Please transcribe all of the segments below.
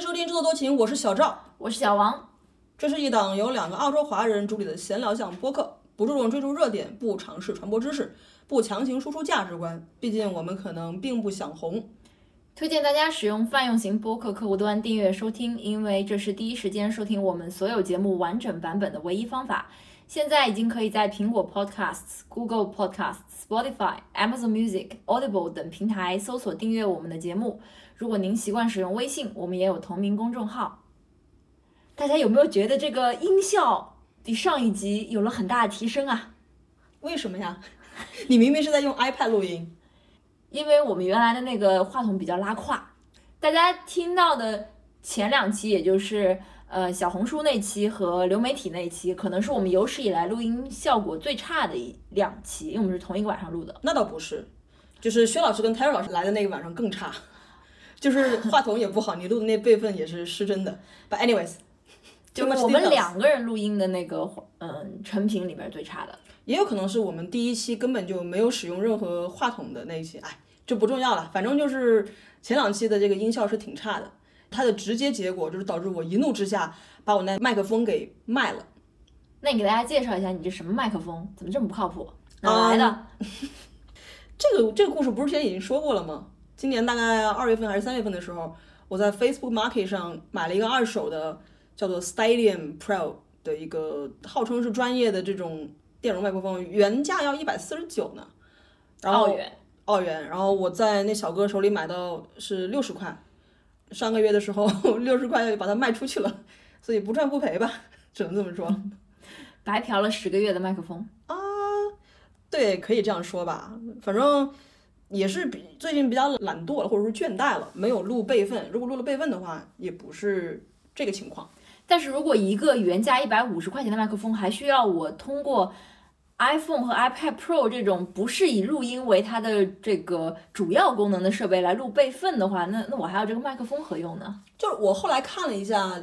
收听制作多情，我是小赵， 我是小王。 这是一档由两个澳洲华人主理的闲聊向播客，不注重追逐热点，不尝试传播知识，不强行输出价值观，毕竟我们可能并不想红。 推荐大家使用泛用型播客客户端订阅收听，因为这是第一时间收听我们所有节目完整版本的唯一方法。现在已经可以在苹果 Podcasts、Google Podcasts、Spotify、Amazon Music、Audible 等平台搜索订阅我们的节目。如果您习惯使用微信，我们也有同名公众号。大家有没有觉得这个音效比上一集有了很大的提升啊？ 为什么呀？你明明是在用 iPad 录音。 因为我们原来的那个话筒比较拉胯，大家听到的前两期，也就是小红书那期和流媒体那期，可能是我们有史以来录音效果最差的两期，因为我们是同一个晚上录的。 那倒不是，就是薛老师跟 Terry 老师来的那个晚上更差，就是话筒也不好，你录的那备份也是失真的。But anyways， 就是我们两个人录音的那个成品里面最差的。 也有可能是我们第一期根本就没有使用任何话筒的那一期，这不重要了，反正就是前两期的这个音效是挺差的，它的直接结果就是导致我一怒之下把我那麦克风给卖了。 那你给大家介绍一下，你这什么麦克风？怎么这么不靠谱？哪来的？ 这个故事不是之前已经说过了吗？今年大概2月份还是3月份的时候，我在 Facebook Market 上买了一个二手的叫做 Stadium Pro 的一个号称是专业的这种电容麦克风，原价要149呢，然后澳元，然后我在那小哥手里买到是60块，上个月的时候60块把它卖出去了，所以不赚不赔吧，只能这么说。 白嫖了10个月的麦克风啊，对，可以这样说吧，反正也是最近比较懒惰了，或者说倦怠了，没有录备份。如果录了备份的话，也不是这个情况。 但是如果一个原价150块钱的麦克风，还需要我通过 iPhone 和 iPad Pro 这种不是以录音为它的这个主要功能的设备来录备份的话，那我还有这个麦克风何用呢？ 就是我后来看了一下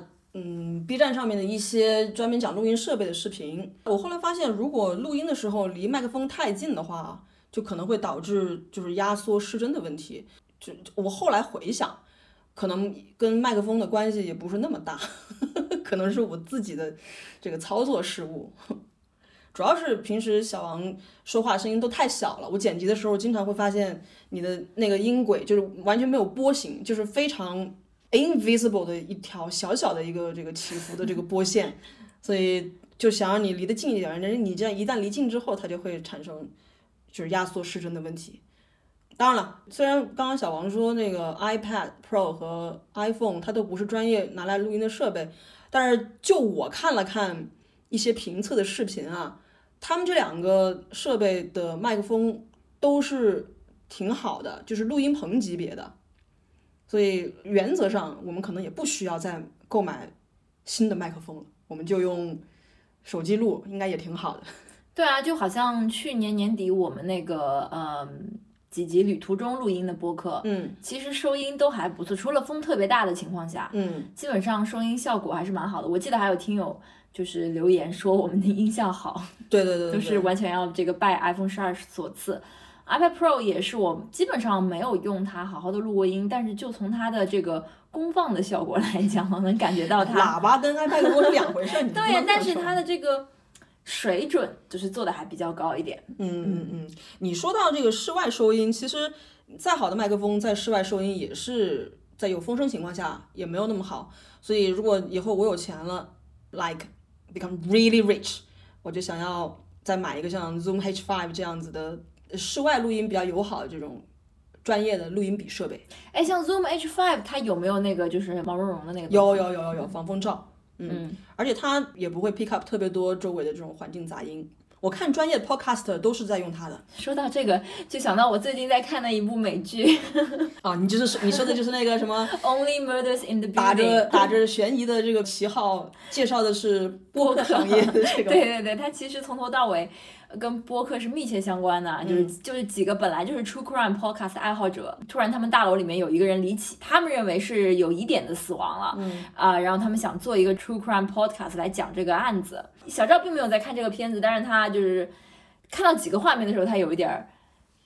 ，B 站上面的一些专门讲录音设备的视频，我后来发现，如果录音的时候离麦克风太近的话，就可能会导致就是压缩失真的问题。我后来回想，可能跟麦克风的关系也不是那么大，可能是我自己的这个操作失误。主要是平时小王说话声音都太小了，我剪辑的时候经常会发现你的那个音轨就是完全没有波形，就是非常 invisible 的一条小小的一个这个起伏的这个波线，所以就想让你离得近一点，你这样一旦离近之后，它就会产生就是压缩失真的问题。当然了，虽然刚刚小王说那个 iPad Pro 和 iPhone 它都不是专业拿来录音的设备，但是就我看了看一些评测的视频啊，他们这两个设备的麦克风都是挺好的，就是录音棚级别的，所以原则上我们可能也不需要再购买新的麦克风了，我们就用手机录应该也挺好的。 对啊，就好像去年年底我们那个几集旅途中录音的播客，其实收音都还不错，除了风特别大的情况下，基本上收音效果还是蛮好的。我记得还有听友就是留言说我们的音效好， 对， 就是完全要这个拜 iPhone 12所赐。iPad Pro 也是我基本上没有用它好好的录过音，但是就从它的这个功放的效果来讲，我能感觉到它喇叭跟 iPad 都是两回事。 对，但是它的这个水准就是做的还比较高一点。 你说到这个室外收音，其实再好的麦克风在室外收音也是在有风声情况下也没有那么好，所以如果以后我有钱了 like become really rich， 我就想要再买一个像 Zoom H5 这样子的室外录音比较友好的这种专业的录音笔设备。 像 Zoom H5 它有没有那个就是毛茸茸的那个？ 有防风罩。而且它也不会 pick up 特别多周围的这种环境杂音。我看专业的 podcast 都是在用它的。 说到这个，就想到我最近在看的一部美剧。 你说的就是那个什么 Only Murders in the Building， 打着悬疑的这个旗号，介绍的是播客行业的这个。 对，它其实从头到尾跟播客是密切相关的，就是几个本来就是 True Crime Podcast 爱好者，突然他们大楼里面有一个人离奇，他们认为是有疑点的死亡了，然后他们想做一个 True Crime Podcast 来讲这个案子。小赵并没有在看这个片子，但是他就是看到几个画面的时候，他有一点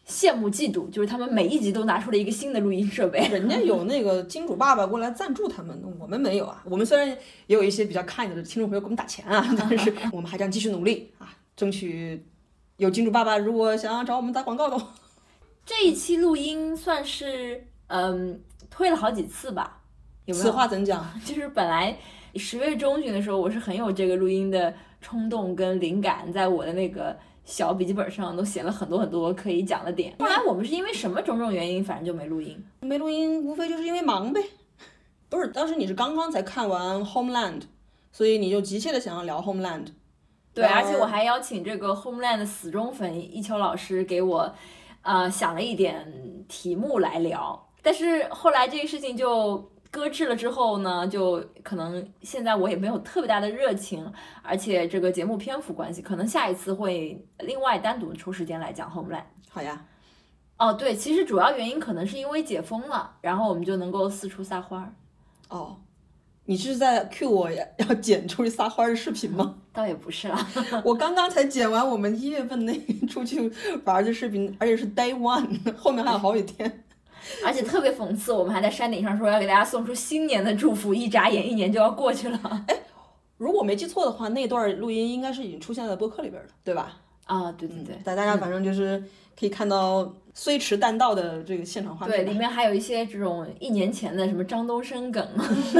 羡慕嫉妒，就是他们每一集都拿出了一个新的录音设备。 人家有那个金主爸爸过来赞助他们，我们没有啊。我们虽然也有一些比较 kind 的听众朋友给我们打钱啊，但是我们还将继续努力啊，争取有金主爸爸如果想要找我们打广告的话。 这一期录音算是推了好几次吧，有没有？ 此话怎讲？ 就是本来10月中旬的时候，我是很有这个录音的冲动跟灵感，在我的那个小笔记本上都写了很多很多可以讲的点。后来我们是因为什么种种原因，反正就没录音。 没录音无非就是因为忙呗。不是，当时你是刚刚才看完 Homeland， 所以你就急切的想要聊 Homeland。 对，而且我还邀请这个 Homeland 的死忠粉一秋老师给我想了一点题目来聊，但是后来这个事情就搁置了之后呢，就可能现在我也没有特别大的热情，而且这个节目篇幅关系，可能下一次会另外单独抽时间来讲 Homeland。 好呀。 哦，对，其实主要原因可能是因为解封了，然后我们就能够四处撒花。 哦，你是在 cue 我要剪出去撒花的视频吗？ 倒也不是啦， 我刚刚才剪完我们1月份那出去玩的视频，而且是 day one， 后面还有好几天。 而且特别讽刺，我们还在山顶上说要给大家送出新年的祝福，一眨眼1年就要过去了。 哎，如果没记错的话，那段录音应该是已经出现在播客里边的，对吧？ 啊，对对对， 大家反正就是可以看到虽迟但到的这个现场画面。 对，里面还有一些这种1年前的什么张东升梗，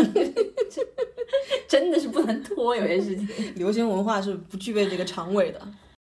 真的是不能拖，有些事情。 流行文化是不具备这个长尾的。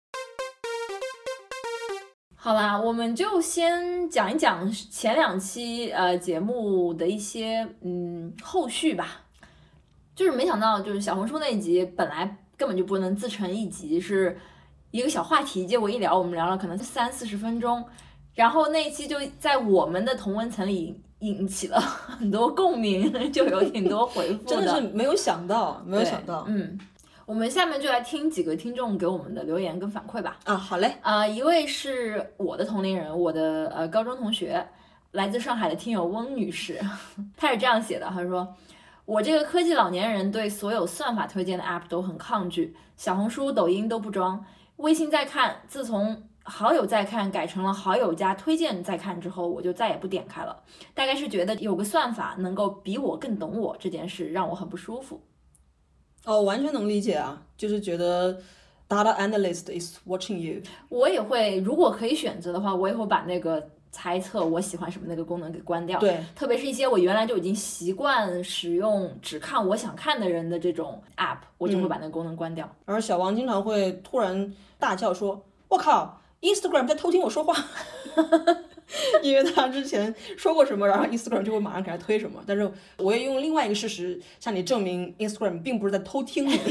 好啦，我们就先讲一讲前2期节目的一些后续吧。就是没想到，就是小红书那一集本来根本就不能自成一集，是一个小话题，结果一聊我们聊了可能30-40分钟，然后那一期就在我们的同温层里引起了很多共鸣，就有挺多回复的。 真的是没有想到，没有想到。 我们下面就来听几个听众给我们的留言跟反馈吧。 好嘞。 一位是我的同龄人，我的高中同学，来自上海的听友翁女士，她是这样写的，她说：我这个科技老年人对所有算法推荐的 app 都很抗拒，小红书、抖音都不装，微信再看，自从好友再看改成了好友加推荐再看之后，我就再也不点开了。大概是觉得有个算法能够比我更懂我这件事让我很不舒服。 完全能理解啊，就是觉得 data analyst is watching you。 我也会，如果可以选择的话，我也会把那个猜测我喜欢什么那个功能给关掉。 对， 特别是一些我原来就已经习惯使用只看我想看的人的这种 app， 我就会把那个功能关掉。 而小王经常会突然大叫说：“我靠 ，Instagram 在偷听我说话。”因为他之前说过什么，然后 Instagram 就会马上给他推什么。但是我也用另外一个事实向你证明 Instagram 并不是在偷听你。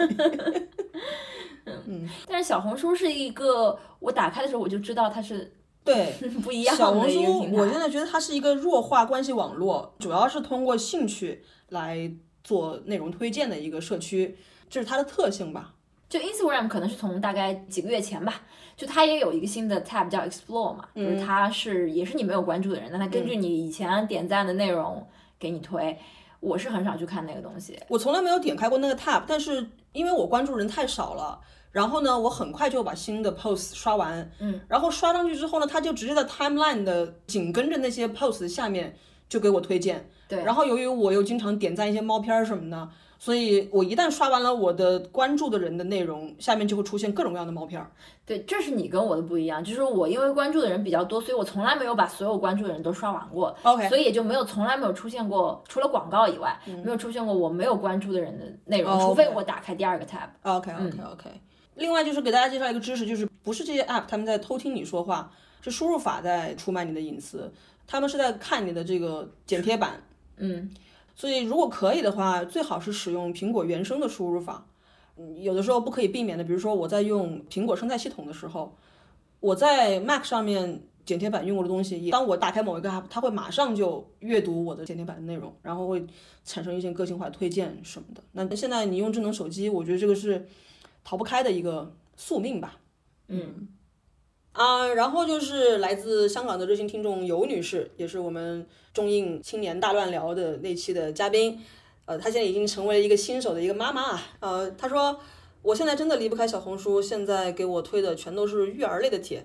但是小红书是一个我打开的时候我就知道它是对不一样小红的一个平台。 书我现在觉得它是一个弱化关系网络，主要是通过兴趣来做内容推荐的一个社区，这是它的特性吧。 就 Instagram 可能是从大概几个月前吧，就它也有一个新的 tab 叫 Explore 嘛，就是它也是你没有关注的人，但它根据你以前点赞的内容给你推。我是很少去看那个东西， 我从来没有点开过那个 tab， 但是因为我关注人太少了，然后呢，我很快就把新的 post 刷完，然后刷上去之后呢，它就直接在 timeline 的紧跟着那些 post 下面就给我推荐。 对， 然后由于我又经常点赞一些猫片什么的，所以我一旦刷完了我的关注的人的内容，下面就会出现各种各样的猫片。 对，这是你跟我的不一样，就是我因为关注的人比较多，所以我从来没有把所有关注的人都刷完过。 OK， 所以也就从来没有出现过，除了广告以外，没有出现过我没有关注的人的内容，除非我打开第二个 tab。 OK。另外就是给大家介绍一个知识，就是不是这些 app 他们在偷听你说话，是输入法在出卖你的隐私，他们是在看你的这个剪贴板。所以如果可以的话，最好是使用苹果原生的输入法。有的时候不可以避免的，比如说我在用苹果生态系统的时候，我在 Mac 上面剪贴板用过的东西，当我打开某一个 app， 它会马上就阅读我的剪贴板的内容，然后会产生一些个性化的推荐什么的。那现在你用智能手机，我觉得这个是逃不开的一个宿命吧。然后就是来自香港的热心听众尤女士，也是我们中印青年大乱聊的那期的嘉宾。她现在已经成为了一个新手的一个妈妈。她说我现在真的离不开小红书，现在给我推的全都是育儿类的帖。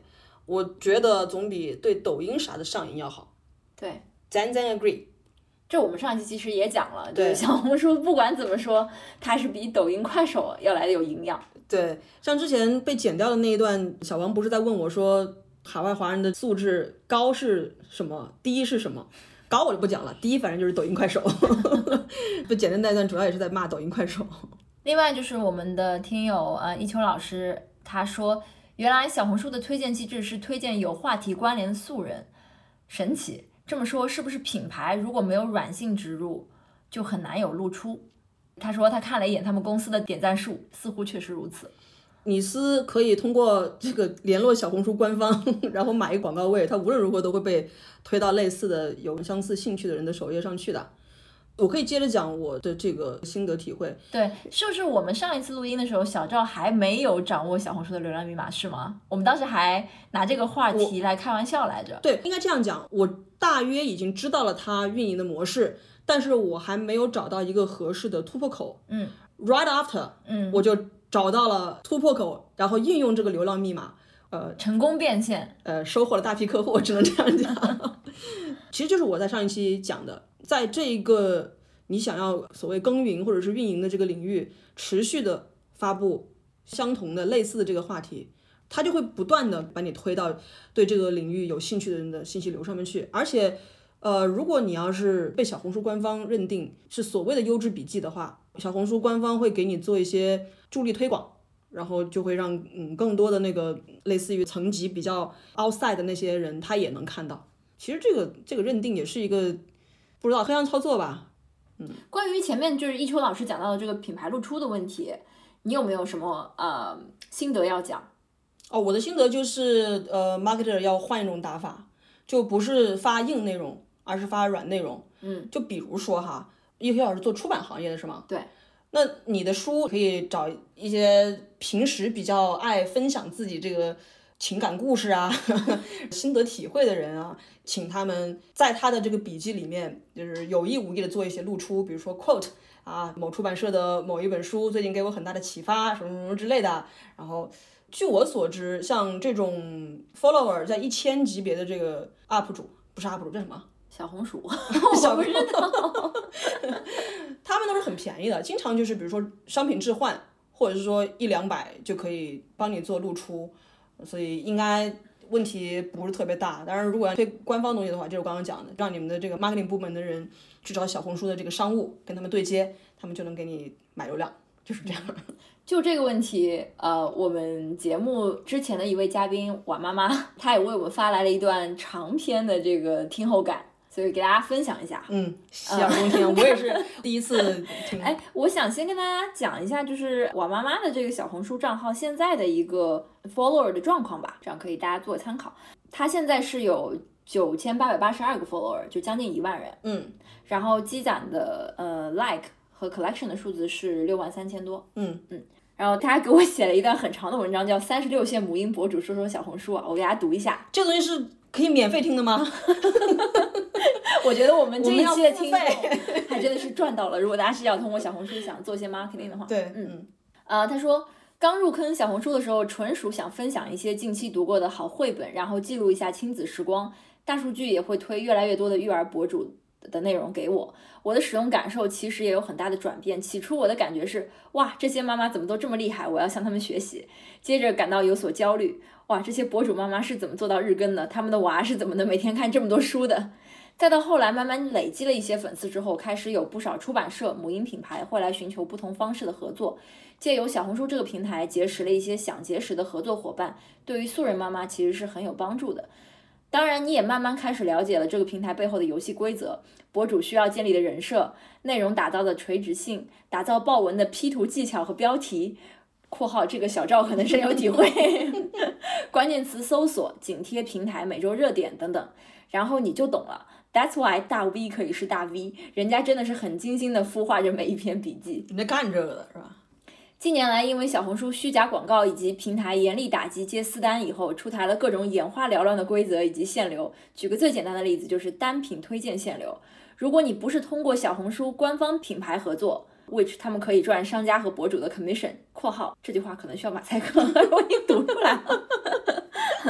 我觉得总比对抖音啥的上瘾要好。 对， 咱 agree。 这我们上一期其实也讲了， 对， 小红书不管怎么说，它是比抖音、快手要来的有营养。 对，像之前被剪掉的那一段，小王不是在问我说，海外华人的素质高是什么，低是什么？高我就不讲了，低反正就是抖音、快手。被剪的那段主要也是在骂抖音、快手。 另外就是我们的听友一秋老师他说，原来小红书的推荐机制是推荐有话题关联的素人，神奇。这么说是不是品牌如果没有软性植入，就很难有露出？他说他看了一眼他们公司的点赞数，似乎确实如此。 米斯可以通过这个联络小红书官方，然后买一个广告位，它无论如何都会被推到类似的有相似兴趣的人的首页上去的。我可以接着讲我的这个心得体会。 对，是不是我们上一次录音的时候，小赵还没有掌握小红书的流量密码是吗？我们当时还拿这个话题来开玩笑来着。 对，应该这样讲，我大约已经知道了它运营的模式，但是我还没有找到一个合适的突破口。Right after，我就找到了突破口，然后应用这个流量密码， 成功变现， 收获了大批客户，我只能这样讲。其实就是我在上一期讲的，在这一个你想要所谓耕耘或者是运营的这个领域，持续的发布相同的类似的这个话题，它就会不断的把你推到对这个领域有兴趣的人的信息流上面去。而且如果你要是被小红书官方认定是所谓的优质笔记的话，小红书官方会给你做一些助力推广，然后就会让更多的那个类似于层级比较 outside 的那些人他也能看到。其实这个认定也是一个不知道黑暗操作吧。 关于前面就是一秋老师讲到的这个品牌露出的问题，你有没有什么心得要讲？ 我的心得就是marketer 要换一种打法，就不是发硬内容，而是发软内容。就比如说哈，一秋老师做出版行业的是吗？ 对。 那你的书可以找一些平时比较爱分享自己这个情感故事啊心得体会的人啊，请他们在他的这个笔记里面就是有意无意的做一些露出，比如说 quote 啊，某出版社的某一本书最近给我很大的启发，什么什么之类的。然后据我所知，像这种 follower 在1000级别的这个 UP 主，不是 UP 主，这什么小红薯小不知道他们都是很便宜的，经常就是比如说商品置换，或者是说100-200就可以帮你做露出，所以应该问题不是特别大。当然如果要推官方东西的话，就是我刚刚讲的，让你们的这个 marketing 部门的人去找小红书的这个商务跟他们对接，他们就能给你买流量，就是这样。 就这个问题我们节目之前的一位嘉宾婉妈妈，她也为我们发来了一段长篇的这个听后感，所以给大家分享一下。 洗耳恭听，我也是第一次听。 我想先跟大家讲一下，就是我妈妈的这个小红书账号现在的一个 follower 的状况吧，这样可以大家做参考。她现在是有9882个 follower， 就将近1万人。然后积攒的like 和 collection 的数字是63000多。然后他还给我写了一段很长的文章，叫36线母婴博主说说小红书啊，我给大家读一下。 这个东西是可以免费听的吗？ 我觉得我们这一期的听众还真的是赚到了。如果大家是要通过小红书想做一些 marketing 的话， 对， 他说刚入坑小红书的时候，纯属想分享一些近期读过的好绘本，然后记录一下亲子时光。大数据也会推越来越多的育儿博主的内容给我。我的使用感受其实也有很大的转变。起初我的感觉是，哇，这些妈妈怎么都这么厉害，我要向他们学习。接着感到有所焦虑，哇，这些博主妈妈是怎么做到日更的？他们的娃是怎么能每天看这么多书的？再到后来慢慢累积了一些粉丝之后，开始有不少出版社、母婴品牌会来寻求不同方式的合作，借由小红书这个平台结识了一些想结识的合作伙伴，对于素人妈妈其实是很有帮助的。当然你也慢慢开始了解了这个平台背后的游戏规则，博主需要建立的人设，内容打造的垂直性，打造爆文的 P 图技巧和标题括号这个小赵可能深有体会关键词搜索，紧贴平台每周热点等等，然后你就懂了。That's why 大 V 可以是大 V， 人家真的是很精心的孵化着每一篇笔记。 人家干这个的是吧？ 近年来因为小红书虚假广告以及平台严厉打击接私单以后，出台了各种眼花缭乱的规则以及限流。举个最简单的例子，就是单品推荐限流。如果你不是通过小红书官方品牌合作 which 他们可以赚商家和博主的 commission 括号这句话可能需要马赛克我已经读出来了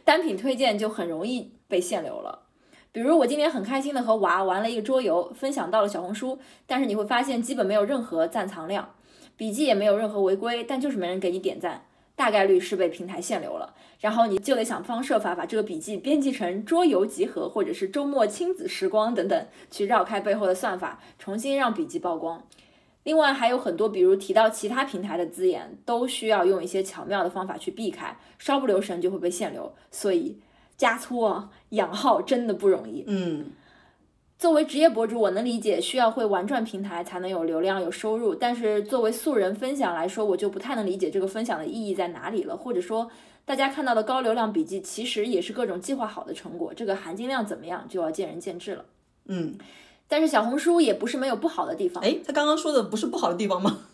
单品推荐就很容易被限流了。比如我今天很开心的和娃玩了一个桌游，分享到了小红书，但是你会发现基本没有任何赞藏量，笔记也没有任何违规，但就是没人给你点赞，大概率是被平台限流了。然后你就得想方设法把这个笔记编辑成桌游集合，或者是周末亲子时光等等，去绕开背后的算法，重新让笔记曝光。另外还有很多，比如提到其他平台的字眼，都需要用一些巧妙的方法去避开，稍不留神就会被限流。所以加粗啊，养号真的不容易。作为职业博主，我能理解需要会玩转平台才能有流量有收入，但是作为素人分享来说，我就不太能理解这个分享的意义在哪里了。或者说大家看到的高流量笔记其实也是各种计划好的成果，这个含金量怎么样就要见仁见智了。但是小红书也不是没有不好的地方。 他刚刚说的不是不好的地方吗？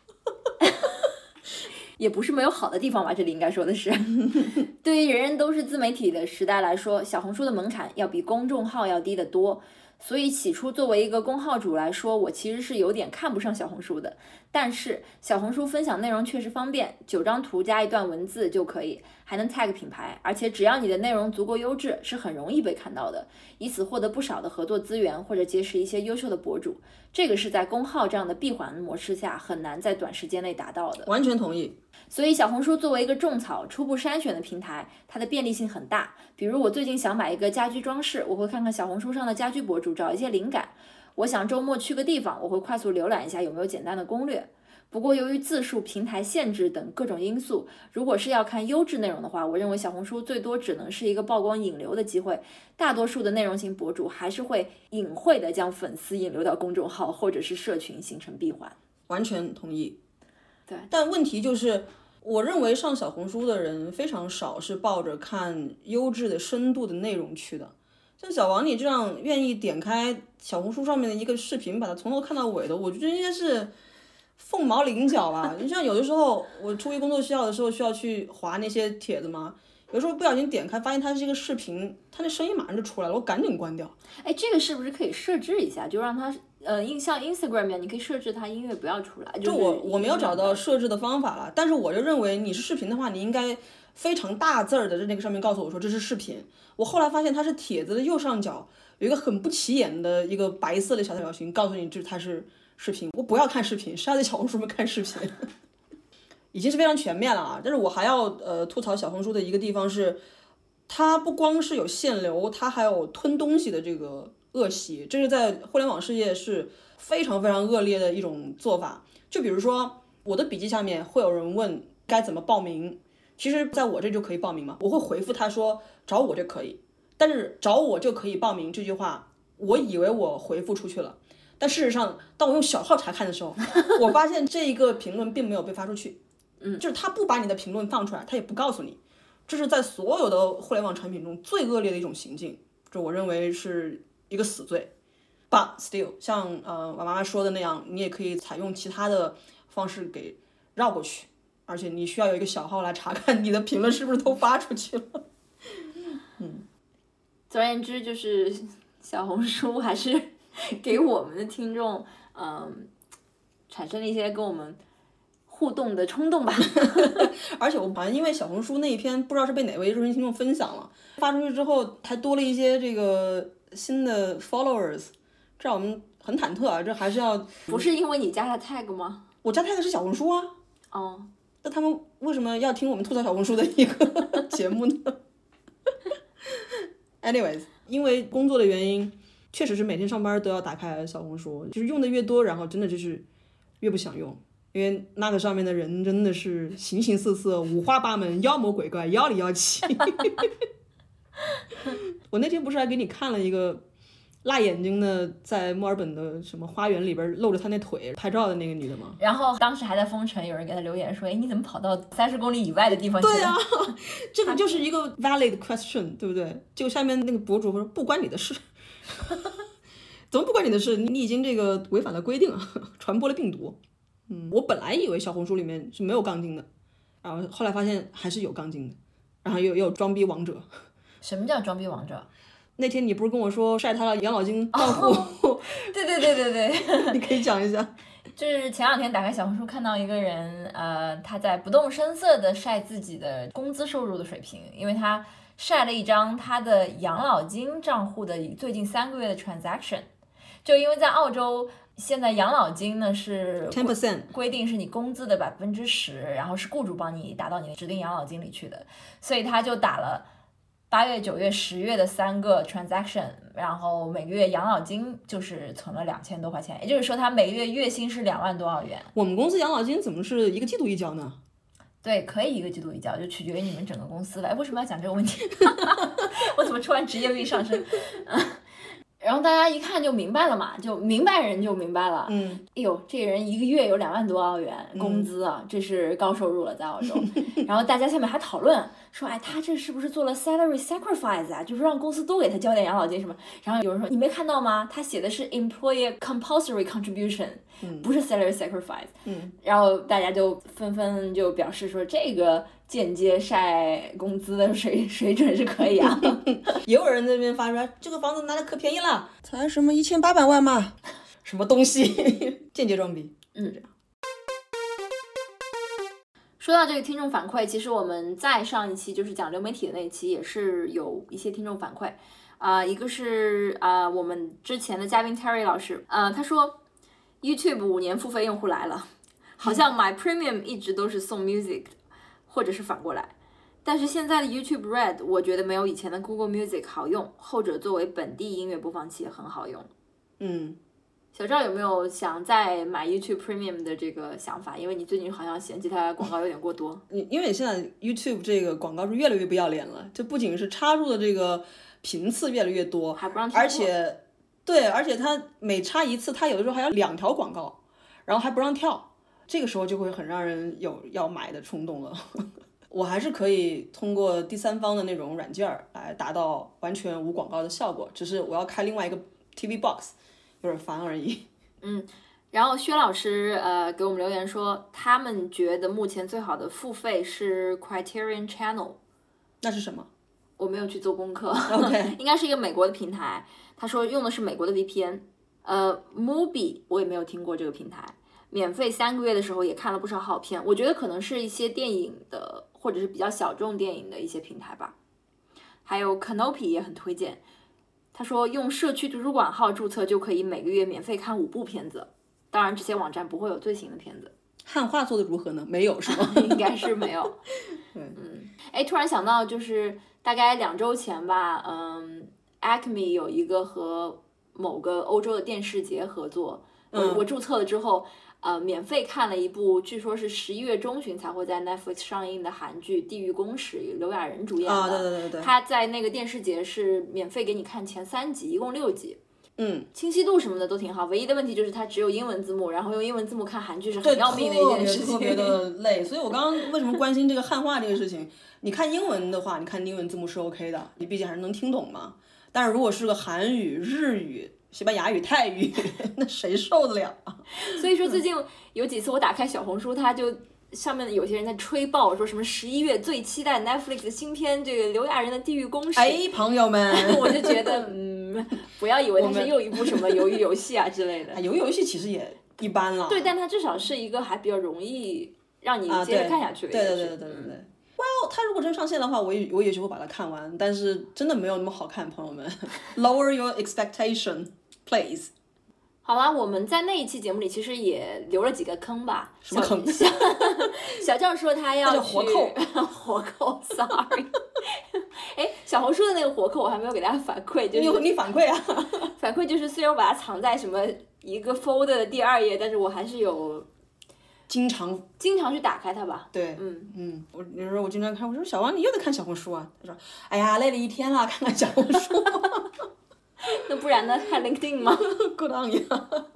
也不是没有好的地方吧，这里应该说的是对于人人都是自媒体的时代来说，小红书的门槛要比公众号要低得多。所以起初作为一个公号主来说，我其实是有点看不上小红书的。但是小红书分享内容确实方便，9张图加一段文字就可以，还能 tag 品牌，而且只要你的内容足够优质，是很容易被看到的，以此获得不少的合作资源，或者结识一些优秀的博主。这个是在公号这样的闭环模式下很难在短时间内达到的。 完全同意。 所以小红书作为一个种草初步筛选的平台，它的便利性很大。比如我最近想买一个家居装饰，我会看看小红书上的家居博主，找一些灵感。我想周末去个地方，我会快速浏览一下有没有简单的攻略。不过由于字数、平台限制等各种因素，如果是要看优质内容的话，我认为小红书最多只能是一个曝光引流的机会。大多数的内容型博主还是会隐晦的将粉丝引流到公众号或者是社群，形成闭环。 完全同意。 对， 但问题就是我认为上小红书的人非常少是抱着看优质的深度的内容去的。像小王你这样愿意点开小红书上面的一个视频，把它从头看到尾的，我觉得应该是凤毛麟角吧。你像有的时候我出于工作需要的时候需要去划那些帖子嘛，有时候不小心点开发现它是一个视频，它那声音马上就出来了，我赶紧关掉。 这个是不是可以设置一下，就让它像 Instagram 一样，你可以设置它音乐不要出来。 就我没有找到设置的方法了，但是我就认为你是视频的话，你应该非常大字儿的在那个上面告诉我说这是视频。我后来发现它是帖子的右上角有一个很不起眼的一个白色的小条形，告诉你它是视频。我不要看视频，谁要在小红书上面看视频？已经是非常全面了啊！但是我还要吐槽小红书的一个地方是，它不光是有限流，它还有吞东西的这个恶习，这是在互联网事业是非常非常恶劣的一种做法。就比如说我的笔记下面会有人问该怎么报名，其实在我这就可以报名嘛，我会回复他说找我就可以。但是找我就可以报名这句话，我以为我回复出去了，但事实上当我用小号查看的时候，我发现这一个评论并没有被发出去。就是他不把你的评论放出来，他也不告诉你，这是在所有的互联网产品中最恶劣的一种行径，这我认为是一个死罪。But still， 像我妈妈说的那样，你也可以采用其他的方式给绕过去，而且你需要有一个小号来查看你的评论是不是都发出去了。 总而言之，就是小红书还是给我们的听众产生了一些跟我们互动的冲动吧。 而且我好像因为小红书那一篇不知道是被哪位热心听众分享了，发出去之后还多了一些这个新的 followers， 这让我们很忐忑啊。这还是要不是因为你加了 tag 吗？ 我加 tag 是小红书啊。那他们为什么要听我们吐槽小红书的一个节目呢？Anyways， 因为工作的原因，确实是每天上班都要打开小红书，就是用的越多，然后真的就是越不想用。因为那个上面的人真的是形形色色、五花八门、妖魔鬼怪、妖里妖气。我那天不是还给你看了一个辣眼睛的，在墨尔本的什么花园里边露着她那腿拍照的那个女的吗？ 然后当时还在封城，有人给她留言说：“你怎么跑到30公里以外的地方去了？” 对啊，这个就是一个 valid question， 对不对？就下面那个博主说不关你的事。怎么不关你的事？你已经这个违反了规定啊，传播了病毒。我本来以为小红书里面是没有杠精的，然后后来发现还是有杠精的，然后也有装逼王者。 什么叫装逼王者？ 那天你不是跟我说晒他了养老金账户？ 对， 你可以讲一下。 就是前2天打开小红书看到一个人，他在不动声色的晒自己的工资收入的水平，因为他晒了一张他的养老金账户的最近3个月的 transaction， 就因为在澳洲现在养老金呢是 10% 规定是你工资的10%，然后是雇主帮你打到你的指定养老金里去的，所以他就打了8月、9月、10月的3个 transaction， 然后每个月养老金就是存了2000多块钱，也就是说他每个月月薪是2万多澳元。 我们公司养老金怎么是一个季度一交呢？ 对，可以一个季度一交，就取决于你们整个公司了。哎，为什么要讲这个问题？我怎么突然职业病上升？然后大家一看就明白了嘛，就明白人就明白了。哎呦，这人一个月有2万多澳元工资啊，这是高收入了，在澳洲。然后大家下面还讨论说，哎，他这是不是做了 salary sacrifice 啊？就是让公司多给他交点养老金什么？然后有人说，你没看到吗？他写的是 employer compulsory contribution，不是 salary sacrifice。然后大家就纷纷就表示说，这个间接晒工资的水准是可以啊。 也有人在那边发出来，这个房子拿的可便宜了，才什么1800万嘛，什么东西，间接装逼。这样。 说到这个听众反馈，其实我们再上一期就是讲流媒体的那一期，也是有一些听众反馈。一个是我们之前的嘉宾 Terry 老师，他说 YouTube 5年付费用户来了，好像买 Premium 一直都是送 Music， 或者是反过来。但是现在的 YouTube Red 我觉得没有以前的 Google Music 好用，后者作为本地音乐播放器也很好用。小赵有没有想再买 YouTube Premium 的这个想法？因为你最近好像嫌弃它广告有点过多。 因为现在 YouTube 这个广告是越来越不要脸了，就不仅是插入的这个频次越来越多， 还不让跳过， 而且它每插一次，它有的时候还要2条广告，然后还不让跳，这个时候就会很让人有要买的冲动了。我还是可以通过第三方的那种软件来达到完全无广告的效果，只是我要开另外一个 TV Box， 有点烦而已。 然后薛老师给我们留言说，他们觉得目前最好的付费是 Criterion Channel。 那是什么？ 我没有去做功课。 OK 应该是一个美国的平台。他说用的是美国的 VPN。Mubi 我也没有听过这个平台，免费3个月的时候也看了不少好片，我觉得可能是一些电影的或者是比较小众电影的一些平台吧。还有 Canopy 也很推荐，他说用社区图书馆号注册就可以每个月免费看5部片子，当然这些网站不会有最新的片子。 汉化做的如何呢？没有是吗？ 应该是没有。突然想到就是大概2周前吧，Acme 有一个和某个欧洲的电视节合作，我注册了之后免费看了一部据说是11月中旬才会在 Netflix 上映的韩剧《地狱公使》，刘亚仁主演的。 对。 他在那个电视节是免费给你看前3集，一共6集。清晰度什么的都挺好，唯一的问题就是它只有英文字幕，然后用英文字幕看韩剧是很要命的一件事情， 特别的累。所以我刚刚为什么关心这个汉化这个事情？你看英文的话，你看英文字幕是 OK 的，你毕竟还是能听懂嘛。但是如果是个韩语、日语、西班牙语、泰语，那谁受得了啊？ 所以说最近有几次我打开小红书，它就上面有些人在吹爆，说什么11月最期待 Netflix 新片这个刘亚仁的《地狱公使》。 朋友们， 我就觉得不要以为它是又一部什么鱿鱼游戏啊之类的。 鱿鱼游戏其实也一般了。 对，但它至少是一个还比较容易让你接着看下去的一个剧。 对。Well， 它如果真上线的话，我也许会把它看完，但是真的没有那么好看，朋友们。Lower your expectation, please。 好啦，我们在那一期节目里其实也留了几个坑吧。 什么坑？ 小赵说他要去活扣 ，sorry。小红书的那个活扣我还没有给大家反馈，就是你反馈啊？ 反馈就是虽然我把它藏在什么一个 folder 的第2页，但是我还是有经常去打开它吧。 对，我有时候我经常看，我说小王你又在看小红书啊？他说，哎呀，累了一天了，看看小红书。 那不然呢？看 LinkedIn 吗 ？Good on you。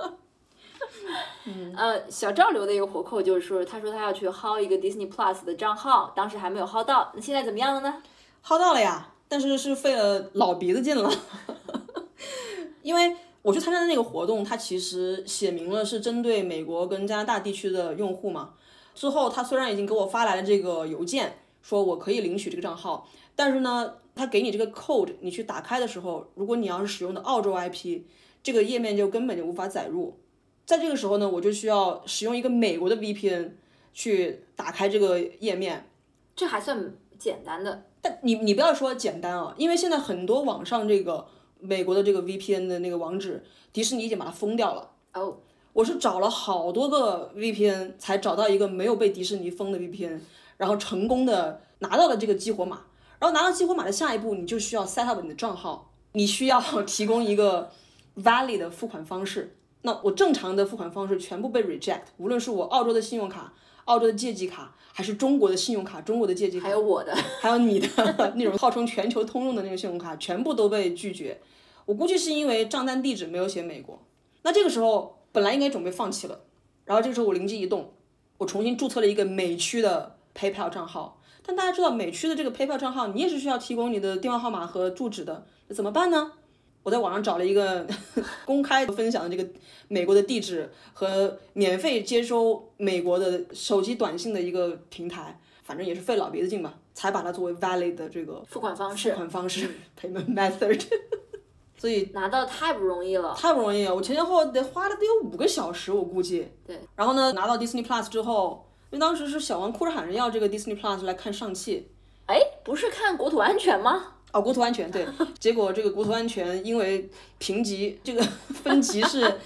小赵留的一个活扣就是说，他说他要去薅一个 Disney Plus 的账号，当时还没有薅到，那现在怎么样了呢？ 薅到了呀，但是费了老鼻子劲了。因为我去参加的那个活动，它其实写明了是针对美国跟加拿大地区的用户嘛。之后他虽然已经给我发来了这个邮件，说我可以领取这个账号，但是呢，他给你这个 code， 你去打开的时候，如果你要是使用的澳洲 IP， 这个页面就根本就无法载入。在这个时候呢，我就需要使用一个美国的 VPN 去打开这个页面。 这还算简单的。 但你不要说简单啊，因为现在很多网上这个美国的这个 VPN 的那个网址，迪士尼已经把它封掉了。我是找了好多个 VPN 才找到一个没有被迪士尼封的 VPN， 然后成功的拿到了这个激活码。然后拿到激活码的下一步，你就需要 set up 你的账号，你需要提供一个 valid 的付款方式。那我正常的付款方式全部被 reject， 无论是我澳洲的信用卡、澳洲的借记卡，还是中国的信用卡、中国的借记卡， 还有我的， 还有你的那种号称全球通用的那个信用卡，全部都被拒绝。我估计是因为账单地址没有写美国。那这个时候本来应该准备放弃了，然后这个时候我灵机一动，我重新注册了一个美区的 PayPal 账号。但大家知道美区的这个 PayPal 账号，你也是需要提供你的电话号码和住址的，那怎么办呢？我在网上找了一个公开分享的这个美国的地址和免费接收美国的手机短信的一个平台，反正也是费老鼻子劲吧，才把它作为 valid 的这个付款方式 payment method。所以拿到太不容易了， 太不容易了，我前前后后花了得有5个小时，我估计。 对。 然后呢，拿到 Disney Plus 之后，因为当时是小王哭着喊着要这个 Disney Plus 来看上汽。 哎，不是看国土安全吗？ 哦，国土安全对，结果这个国土安全因为评级这个分级是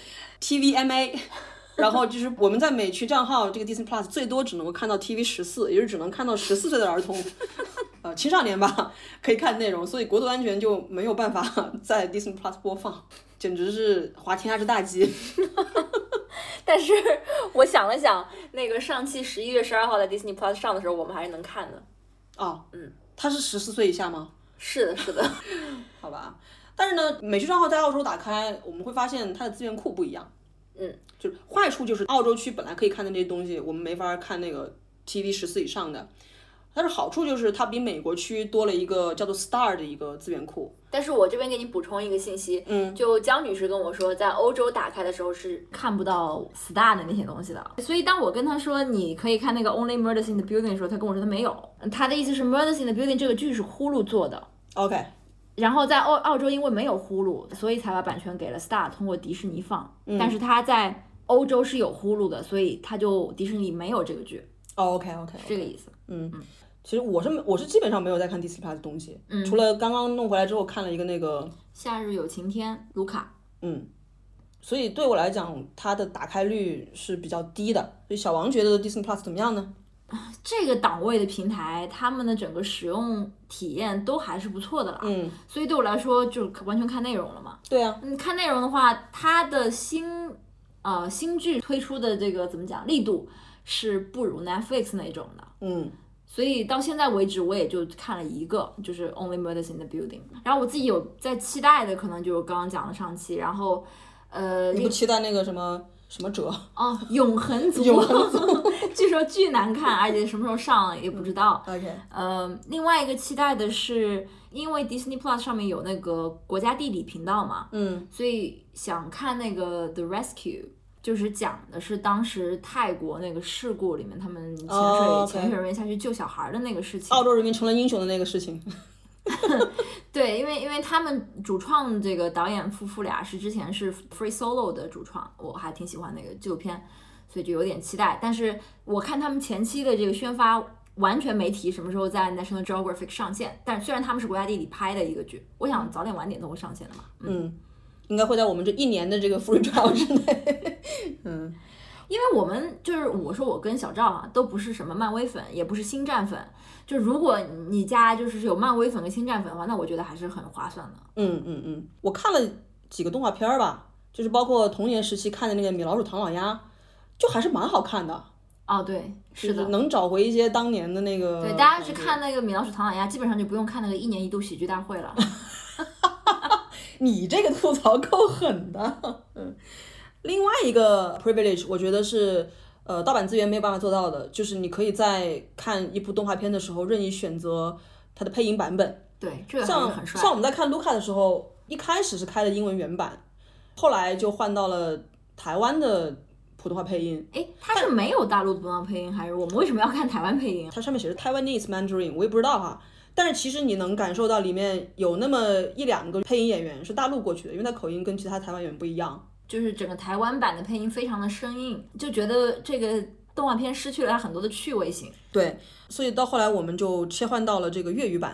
TVMA， 然后就是我们在美区账号这个 Disney Plus 最多只能够看到 TV14， 也就是只能看到14岁的儿童，青少年吧可以看内容，所以国土安全就没有办法在 Disney Plus 播放，简直是滑天下之大稽。 但是我想了想，那个上汽11月12号在 Disney Plus 上的时候，我们还是能看的。 哦，它是14岁以下吗？ 是的，是的。 好吧，但是呢，美区账号在澳洲打开，我们会发现它的资源库不一样。就是坏处就是澳洲区本来可以看的那些东西，我们没法看那个 TV14以上的。但是好处就是它比美国区多了一个叫做 Star 的一个资源库。 但是我这边给你补充一个信息，就江女士跟我说，在欧洲打开的时候是看不到 Star 的那些东西的。所以当我跟她说你可以看那个 Only Murders in the Building 的时候，她跟我说她没有。她的意思是 Murders in the Building 这个剧是Hulu做的。 OK。 然后在澳洲因为没有Hulu，所以才把版权给了 Star， 通过迪士尼放。但是它在欧洲是有Hulu的，所以它就迪士尼没有这个剧。 OK， 这个意思。 其实我是基本上没有在看 Disney Plus 的东西，除了刚刚弄回来之后看了一个那个夏日有晴天卢卡。 所以对我来讲，它的打开率是比较低的。所以小王觉得 Disney Plus 怎么样呢？ 这个档位的平台，他们的整个使用体验都还是不错的啦。所以对我来说就完全看内容了嘛。 对啊。 看内容的话，它的新剧推出的这个怎么讲力度是不如 Netflix 那种的。所以到现在为止，我也就看了一个，就是 Only Murders in the Building。然后我自己有在期待的，可能就刚刚讲的上期，然后你不期待那个什么者？ 哦，永恒族。据说巨难看，而且什么时候上也不知道。 OK。 另外一个期待的是，因为 Disney Plus 上面有那个国家地理频道嘛，所以想看那个 The Rescue。就是讲的是当时泰国那个事故里面，他们潜水人员下去救小孩的那个事情， 澳洲人民成了英雄的那个事情。 对，因为他们主创这个导演夫妇俩是之前是 Free Solo 的主创，我还挺喜欢那个纪录片，所以就有点期待。但是我看他们前期的这个宣发，完全没提什么时候在 National Geographic 上线。但虽然他们是国家地理拍的一个剧，我想早点晚点都会上线的嘛。 应该会在我们这1年的这个 free trial 之内。 因为我们就是我跟小赵都不是什么漫威粉，也不是星战粉。就如果你家就是有漫威粉跟星战粉的话，那我觉得还是很划算的。 我看了几个动画片吧，就是包括童年时期看的那个米老鼠唐老鸭，就还是蛮好看的。 对，是的， 能找回一些当年的那个。 对，大家去看那个米老鼠唐老鸭，基本上就不用看那个1年1度喜剧大会了。 你这个吐槽够狠的。另外一个 privilege 我觉得是盗版资源没有办法做到的，就是你可以在看一部动画片的时候任意选择它的配音版本。 对，这个还是很帅。 像我们在看卢卡的时候，一开始是开的英文原版，后来就换到了台湾的普通话配音。 它是没有大陆普通话配音，还是我们为什么要看台湾配音？ 它上面写着 Taiwanese Mandarin， 我也不知道哈。但是其实你能感受到里面有那么1-2个配音演员是大陆过去的，因为他口音跟其他台湾演员不一样。 就是整个台湾版的配音非常的生硬，就觉得这个动画片失去了它很多的趣味性。 对，所以到后来我们就切换到了这个粤语版。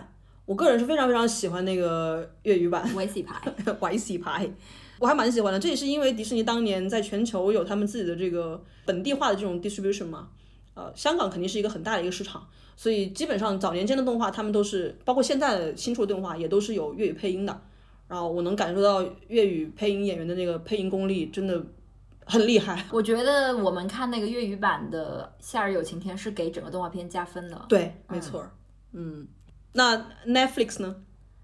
我个人是非常非常喜欢那个粤语版维 C 牌， 维 C 牌，我还蛮喜欢的。这也是因为迪士尼当年在全球有他们自己的这个本地化的这种 distribution 嘛。香港肯定是一个很大的一个市场，所以基本上早年间的动画，他们都是包括现在的新出的动画也都是有粤语配音的。然后我能感受到粤语配音演员的那个配音功力真的很厉害。 我觉得我们看那个粤语版的《夏日有晴天》是给整个动画片加分的。 对，没错。那 Netflix 呢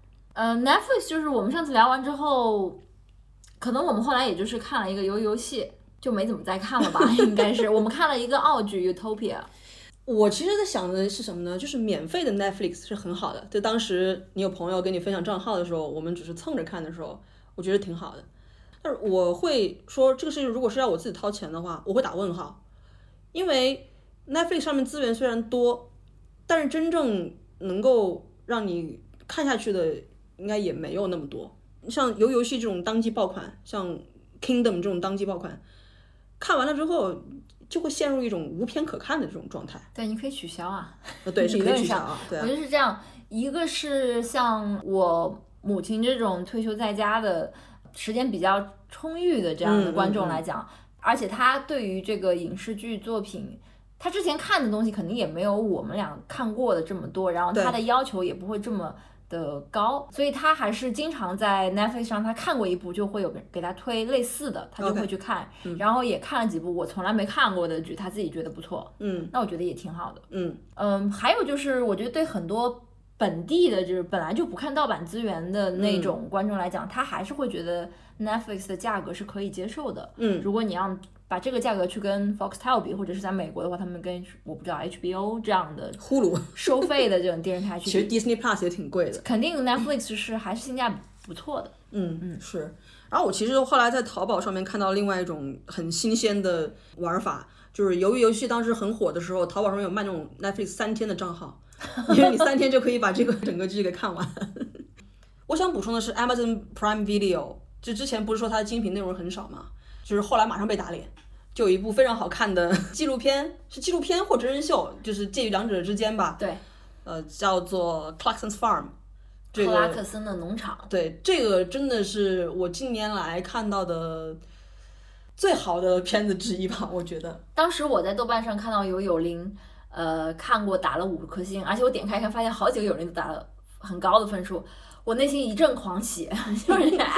？Netflix 就是我们上次聊完之后，可能我们后来也就是看了一个游戏。就没怎么再看了吧，应该是我们看了一个澳剧 Utopia。 我其实在想的是什么呢？就是免费的 Netflix 是很好的，就当时你有朋友跟你分享账号的时候，我们只是蹭着看的时候，我觉得挺好的。但是我会说这个事情如果是要我自己掏钱的话，我会打问号，因为 Netflix 上面资源虽然多，但是真正能够让你看下去的应该也没有那么多。像游戏这种当季爆款，像 Kingdom 这种当季爆款，看完了之后就会陷入一种无片可看的这种状态。 对，你可以取消啊。 对，是可以取消啊。对啊， 我觉得是这样，一个是像我母亲这种退休在家的时间比较充裕的这样的观众来讲，而且他对于这个影视剧作品，他之前看的东西肯定也没有我们俩看过的这么多，然后他的要求也不会这么的高，所以他还是经常在 Netflix 上，他看过一部就会有给他推类似的，他就会去看，然后也看了几部我从来没看过的剧，他自己觉得不错，那我觉得也挺好的，还有就是我觉得对很多本地的就是本来就不看盗版资源的那种观众来讲，他还是会觉得 Netflix 的价格是可以接受的，如果你要把这个价格去跟 Foxtel 比，或者是在美国的话，他们跟我不知道 HBO 这样的呼噜收费的这种电视台去比，其实 Disney Plus 也挺贵的， 肯定 Netflix 是还是性价比不错的。 是。然后我其实后来在淘宝上面看到另外一种很新鲜的玩法，就是由于游戏当时很火的时候，淘宝上面有卖那种 Netflix 3天的账号，因为你3天就可以把这个整个剧给看完。我想补充的是 Amazon Prime Video， 就之前不是说它的精品内容很少吗？就是后来马上被打脸，就有一部非常好看的纪录片，是纪录片或真人秀，就是介于两者之间吧。 对， 叫做 Clarkson's Farm， 克拉克森的农场。 对，这个真的是我近年来看到的最好的片子之一吧，我觉得。 当时我在豆瓣上看到有邻看过，打了5颗星，而且我点开看发现好几个有邻都打了很高的分数。我内心一阵狂喜，就是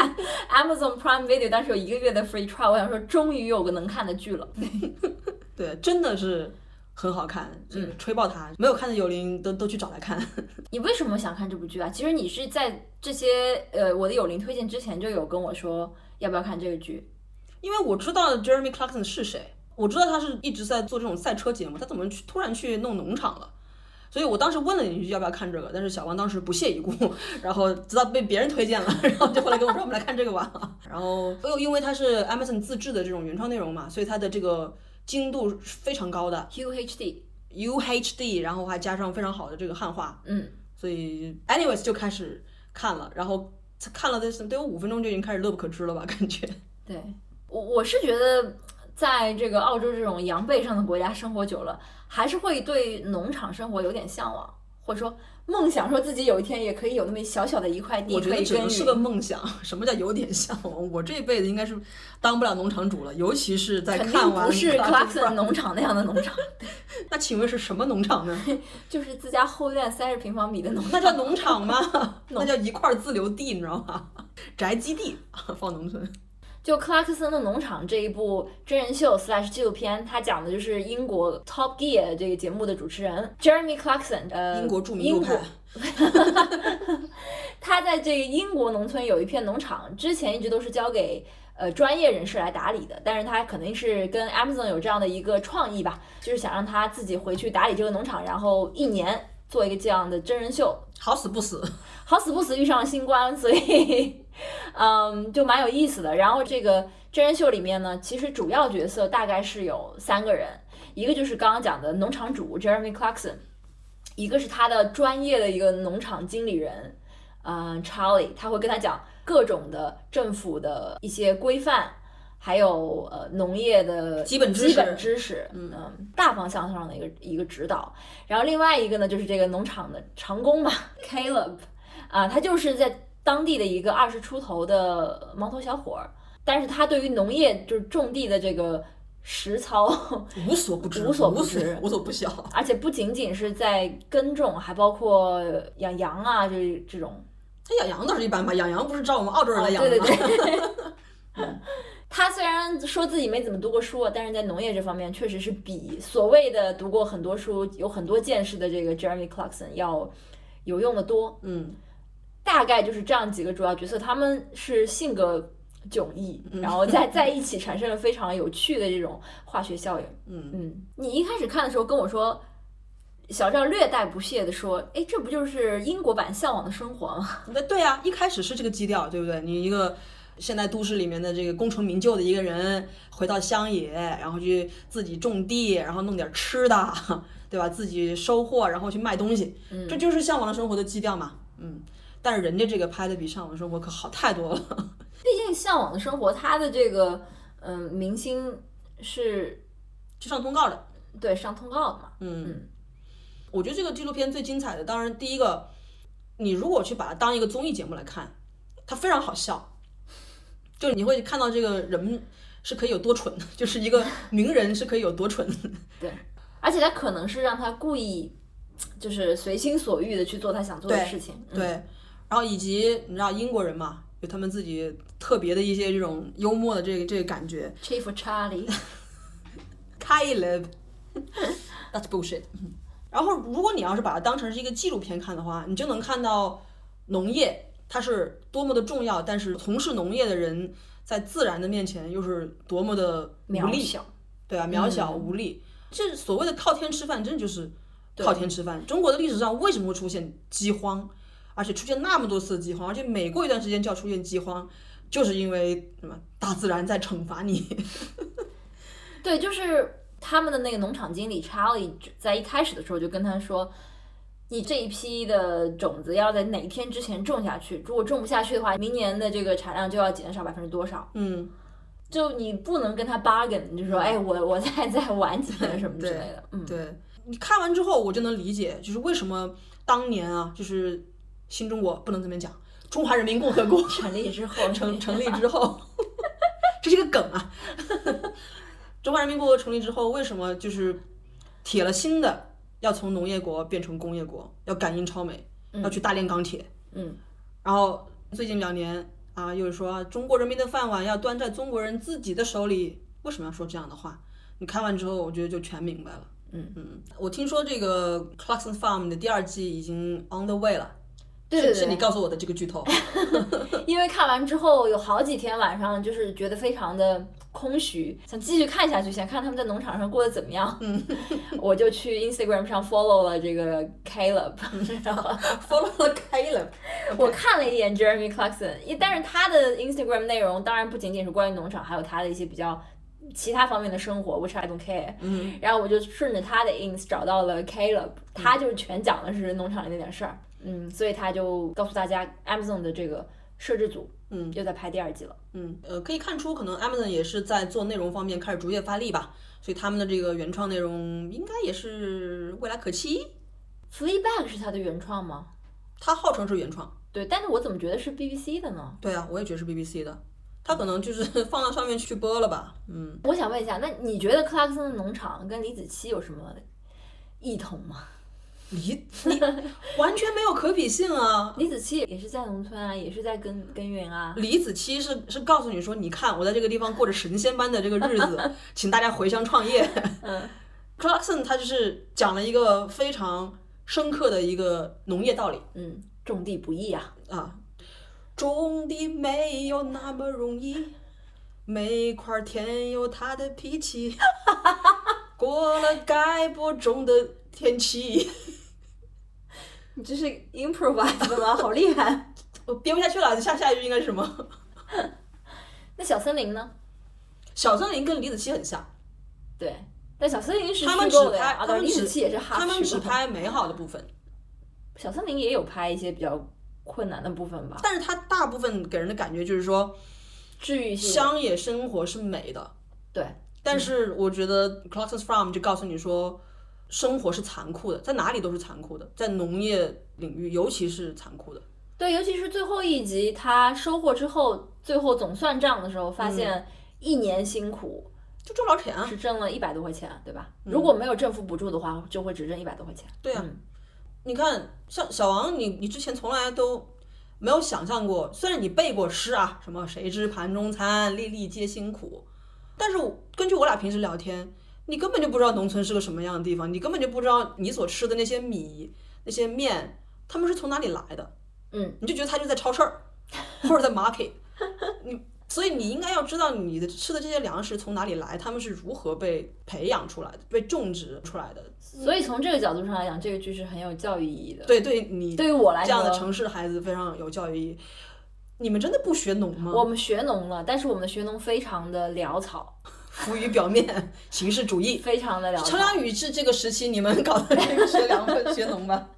Amazon Prime Video 当时有1个月的 free trial， 我想说终于有个能看的剧了。 对，真的是很好看，吹爆它，没有看的有邻都去找来看。 你为什么想看这部剧啊？其实你是在这些我的有邻推荐之前就有跟我说要不要看这个剧， 因为我知道 Jeremy Clarkson 是谁，我知道他是一直在做这种赛车节目，他怎么突然去弄农场了？所以我当时问了你一句要不要看这个，但是小王当时不屑一顾，然后直到被别人推荐了，然后就后来跟我说我们来看这个吧。然后又因为它是 Amazon 自制的这种原创内容嘛，所以它的这个精度非常高的 UHD， 然后还加上非常好的这个汉化，所以 anyways 就开始看了，然后看了得有5分钟就已经开始乐不可支了吧，感觉。 对，我是觉得在这个澳洲这种洋背上的国家生活久了，还是会对农场生活有点向往，或者说梦想，说自己有一天也可以有那么小小的一块地可以耕耘。 我觉得只能是个梦想。什么叫有点向往？我这一辈子应该是当不了农场主了，尤其是在看完肯定不是 Clarkson 农场那样的农场。 那请问是什么农场呢？ 就是自家后院30平方米的农场。 那叫农场吗？那叫一块自留地，你知道吗？宅基地放农村。 就克拉克森的农场这一部真人秀/纪录片，它讲的就是英国 Top Gear 这个节目的主持人 Jeremy Clarkson， 英国著名右派。 他在这个英国农村有一片农场，之前一直都是交给专业人士来打理的，但是他肯定是跟 Amazon 有这样的一个创意吧，就是想让他自己回去打理这个农场，然后1年做一个这样的真人秀。 好死不死遇上了新冠，所以就蛮有意思的。然后这个真人秀里面呢，其实主要角色大概是有3个人，一个就是刚刚讲的农场主 Jeremy Clarkson， 一个是他的专业的一个农场经理人Charlie， 他会跟他讲各种的政府的一些规范，还有农业的基本知识， 大方向上的一个指导。然后另外一个呢，就是这个农场的长工嘛 Caleb， 他就是在当地的一个20出头的毛头小伙儿，但是他对于农业就是种地的这个实操无所不知， 无所不晓， 而且不仅仅是在耕种，还包括养羊啊，这种。 他养羊倒是一般吧，养羊不是照我们澳洲人来养的吗？ 对。他虽然说自己没怎么读过书，但是在农业这方面确实是比所谓的读过很多书、有很多见识的这个 Jeremy Clarkson 要有用的多。大概就是这样几个主要角色，他们是性格迥异，然后在一起产生了非常有趣的这种化学效应。你一开始看的时候跟我说，小赵略带不屑的说：“哎，这不就是英国版《向往的生活》吗？” 对啊，一开始是这个基调，对不对？你一个现代都市里面的这个功成名就的一个人，回到乡野，然后去自己种地，然后弄点吃的，对吧？自己收获，然后去卖东西，这就是《向往的生活》的基调嘛。但是人家这个拍的比《向往的生活》可好太多了。 毕竟《向往的生活》它的这个明星是去上通告的， 对，上通告的嘛。 我觉得这个纪录片最精彩的，当然第一个，你如果去把它当一个综艺节目来看，它非常好笑，就是你会看到这个人是可以有多蠢，就是一个名人是可以有多蠢。 对，而且他可能是让他故意就是随心所欲的去做他想做的事情。 对，然后以及你知道英国人嘛，有他们自己特别的一些这种幽默的这个感觉。 Chief Charlie Caleb That's bullshit 然后如果你要是把它当成是一个纪录片看的话，你就能看到农业它是多么的重要，但是从事农业的人在自然的面前又是多么的无力， 渺小。 对啊，渺小无力。这所谓的靠天吃饭真的就是靠天吃饭。中国的历史上为什么会出现饥荒，而且出现那么多次饥荒，而且每过一段时间就要出现饥荒，就是因为什么？大自然在惩罚你。 对，就是他们的那个农场经理 Charlie 在一开始的时候就跟他说，你这一批的种子要在哪一天之前种下去，如果种不下去的话，明年的这个产量就要减少多少。就你不能跟他 bargain， 你就说哎，我再晚几年什么之类的。 对，你看完之后我就能理解，就是为什么当年啊，就是新中国不能这么讲，中华人民共和国成立之后， 成立之后，这是一个梗啊。中华人民共和国成立之后，为什么就是铁了心的要从农业国变成工业国，要赶英超美，要去大炼钢铁？然后最近2年啊，又说中国人民的饭碗要端在中国人自己的手里，为什么要说这样的话？你看完之后，我觉得就全明白了。我听说这个 Clarkson Farm 的第2季已经 on the way 了。 对， 是你告诉我的这个剧透。 因为看完之后有好几天晚上就是觉得非常的空虚，想继续看下去，想看他们在农场上过得怎么样。我就去 Instagram 上 follow 了这个 Caleb， 然后 follow 了 Caleb。 我看了一眼 Jeremy Clarkson， 但是他的 Instagram 内容当然不仅仅是关于农场，还有他的一些比较其他方面的生活 which I don't care。然后我就顺着他的 ins 找到了 Caleb， 他就是全讲的是农场里那点事儿。所以他就告诉大家 Amazon 的这个摄制组又在拍第2季了。 可以看出可能 Amazon 也是在做内容方面开始逐渐发力吧，所以他们的这个原创内容应该也是未来可期。 Fleabag 是他的原创吗？ 他号称是原创。 对，但是我怎么觉得是 BBC 的呢？ 对啊，我也觉得是 BBC 的，他可能就是放到上面去播了吧。 我想问一下，那你觉得克拉克森的农场跟李子柒有什么异同吗？ 你完全没有可比性啊！ 李子柒也是在农村啊，也是在耕耘啊。 李子柒是告诉你说，你看我在这个地方过着神仙般的这个日子，请大家回乡创业。Clarkson 他就是讲了一个非常深刻的一个农业道理。 种地不易啊！ 种地没有那么容易，每块田有它的脾气。过了该播种的天气。 你这是 improvise 的吗？好厉害！ 我憋不下去了，下一句应该是什么？ 那小森林呢？ 小森林跟李子柒很像。 对，但小森林是虚构的呀，李子柒也是哈。 他们只拍美好的部分。 小森林也有拍一些比较困难的部分吧？ 但是他大部分给人的感觉就是说， 治愈系乡野生活是美的。 对。 但是我觉得 Clarkson Farm 就告诉你说，生活是残酷的，在哪里都是残酷的，在农业领域尤其是残酷的。 对，尤其是最后一集，他收获之后，最后总算账的时候，发现1年辛苦就挣不着钱啊， 是挣了100多块钱，对吧？如果没有政府补助的话，就会只挣100多块钱。 对啊，你看像小王，你之前从来都没有想象过，虽然你背过诗啊，什么谁知盘中餐，粒粒皆辛苦，但是根据我俩平时聊天，你根本就不知道农村是个什么样的地方，你根本就不知道你所吃的那些米、那些面，他们是从哪里来的。你就觉得他就在超市儿或者在 market， 所以你应该要知道你的吃的这些粮食从哪里来，他们是如何被培养出来的，被种植出来的。 所以从这个角度上来讲，这个剧是很有教育意义的。 对，对你对于我来说， 这样的城市孩子非常有教育意义。你们真的不学农吗？ 我们学农了，但是我们的学农非常的潦草， 浮于表面，形式主义， 非常的潦草。 程良宇是这个时期你们搞的这个学粮学农吧？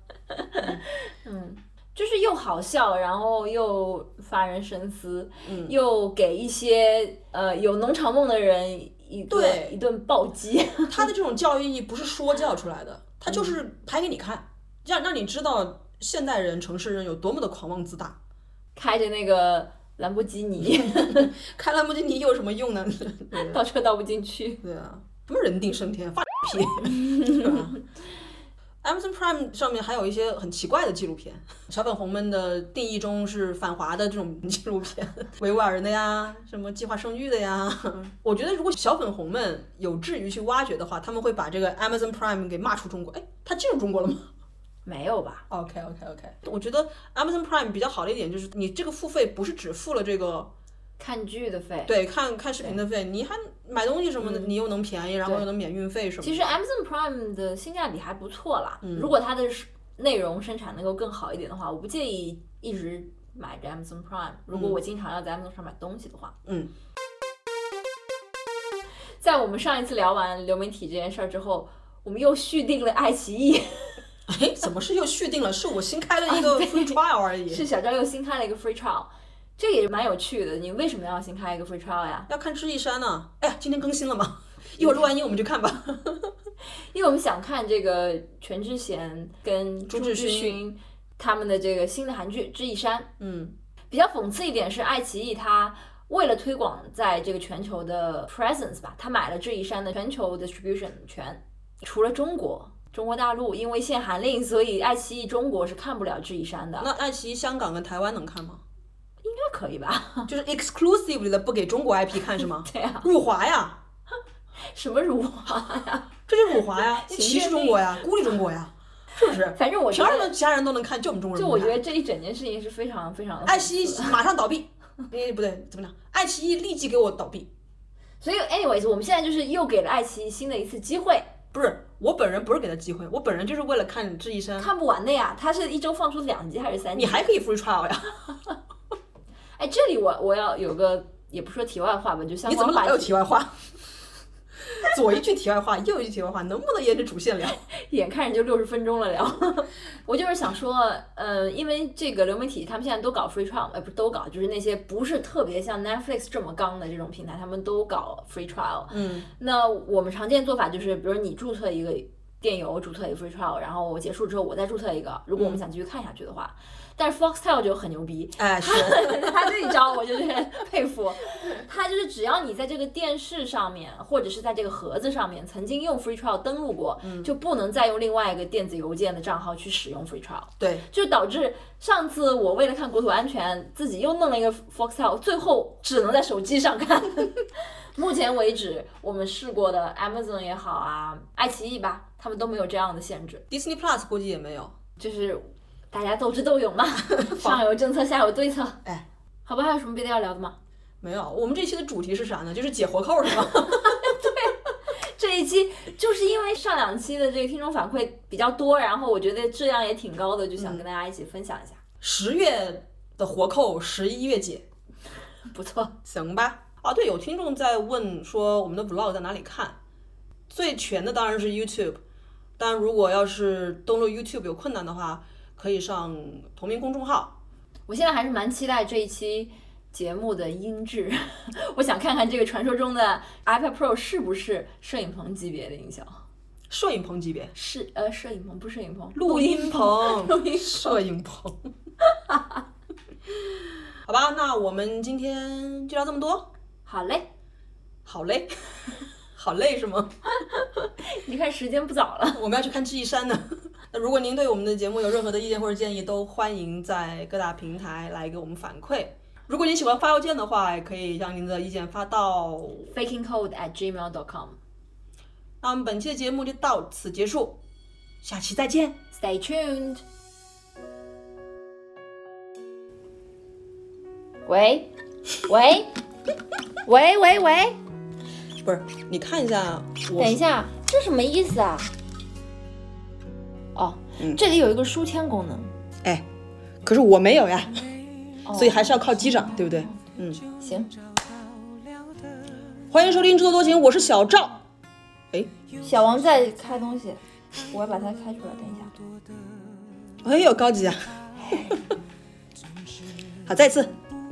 就是又好笑，然后又发人深思，又给一些有农场梦的人一顿暴击。 他的这种教育意义不是说教出来的，他就是拍给你看，让你知道现代人、城市人有多么的狂妄自大。 开着那个兰博基尼， 开兰博基尼有什么用呢？ 倒车倒不进去。 对啊，什么人定胜天，放屁，是吧？Amazon Prime 上面还有一些很奇怪的纪录片，小粉红们的定义中是反华的这种纪录片，维吾尔人的呀，什么计划生育的呀。我觉得如果小粉红们有志于去挖掘的话，他们会把这个 Amazon Prime 给骂出中国。哎，他进入中国了吗？ 没有吧 ？OK， 我觉得 Amazon Prime 比较好的一点就是，你这个付费不是只付了这个看剧的费， 对，看视频的费，你还买东西什么的，你又能便宜，然后又能免运费什么的。 其实 Amazon Prime 的性价比还不错啦，如果它的内容生产能够更好一点的话，我不介意一直买着 Amazon Prime。如果我经常要在 Amazon 上买东西的话，在我们上一次聊完流媒体这件事儿之后，我们又续订了爱奇艺。 哎，怎么是又续订了？是我新开了一个 free trial 而已。 是小赵又新开了一个 free trial， 这个也蛮有趣的。你为什么要新开一个 free trial 呀？ 要看智异山呢。哎呀，今天更新了吗？一会儿录完音我们就看吧。 因为我们想看这个全智贤跟朱智勋他们的这个新的韩剧《智异山》。比较讽刺一点是，爱奇艺它为了推广在这个全球的 presence 吧，它买了智异山的全球 distribution 权，除了中国大陆因为限韩令，所以爱奇艺中国是看不了智异山的。 那爱奇艺香港跟台湾能看吗？ 应该可以吧？ 就是 exclusively 的不给中国 IP 看是吗？ 对啊， 辱华呀！ 什么辱华呀？ 这就是辱华呀！歧视中国呀，孤立中国呀，是不是？ 反正我觉得凭什么其他人都能看，就我们中国人不就能看？ 我觉得这一整件事情是非常非常的爱奇艺马上倒闭。不对，怎么讲？爱奇艺立即给我倒闭。 所以 anyways， 我们现在就是又给了爱奇艺新的一次机会。 不是，我本人不是给他机会，我本人就是为了看智异山。 看不完的呀，它是一周放出2集还是3集？ 你还可以 free trial 呀。 哎，这里我要有个，也不说题外话吧，就相关话题。 你怎么老有题外话？左一句题外话，右一句题外话，能不能沿着主线聊？ 眼看着就60分钟了聊。我就是想说，因为这个流媒体他们现在都搞 free trial，不是都搞，就是那些不是特别像 Netflix 这么刚的这种平台，他们都搞 free trial。那我们常见做法就是，比如你注册一个电邮，注册一个 free trial， 然后结束之后我再注册一个，如果我们想继续看下去的话。但是 Foxtel 就很牛逼， 哎，是他这一招我就是佩服。他就是只要你在这个电视上面，或者是在这个盒子上面曾经用 free trial 登录过，就不能再用另外一个电子邮件的账号去使用 free trial。 对， 就导致上次我为了看国土安全，自己又弄了一个 Foxtel， 最后只能在手机上看。目前为止，我们试过的 Amazon 也好啊，爱奇艺吧，他们都没有这样的限制。 Disney Plus 估计也没有， 就是大家斗智斗勇嘛，上有政策，下有对策。 哎， 好吧，还有什么别的要聊的吗？ 没有，我们这期的主题是啥呢？就是解活扣是吗？ 对，这一期就是因为上2期的这个听众反馈比较多，然后我觉得质量也挺高的，就想跟大家一起分享一下。 10月的活扣11月解， 不错， 行吧？啊，对，有听众在问说我们的 vlog 在哪里看？最全的当然是 YouTube， 但如果要是登录 YouTube 有困难的话，可以上同名公众号。 我现在还是蛮期待这一期节目的音质，我想看看这个传说中的 iPad Pro 是不是摄影棚级别的音效。 摄影棚级别是摄影棚不是摄影棚， 录音棚， 录音棚摄影棚。 好吧，那我们今天就聊这么多。 好嘞， 好嘞，好累是吗？ 你看时间不早了， 我们要去看智异山呢。那如果您对我们的节目有任何的意见或者建议，都欢迎在各大平台来给我们反馈。如果您喜欢发邮件的话，也可以将您的意见发到 fakingcode@gmail.com。 那我们本期的节目就到此结束，下期再见。 Stay tuned。喂， 不是，你看一下我。 等一下，这什么意思啊？哦，这里有一个书签功能。 哎，可是我没有呀，所以还是要靠机长，对不对？ 行。 欢迎收听《制作多情》，我是小赵。哎， 小王在开东西，我要把它开出来，等一下。 哎呦，高级啊！好，再一次。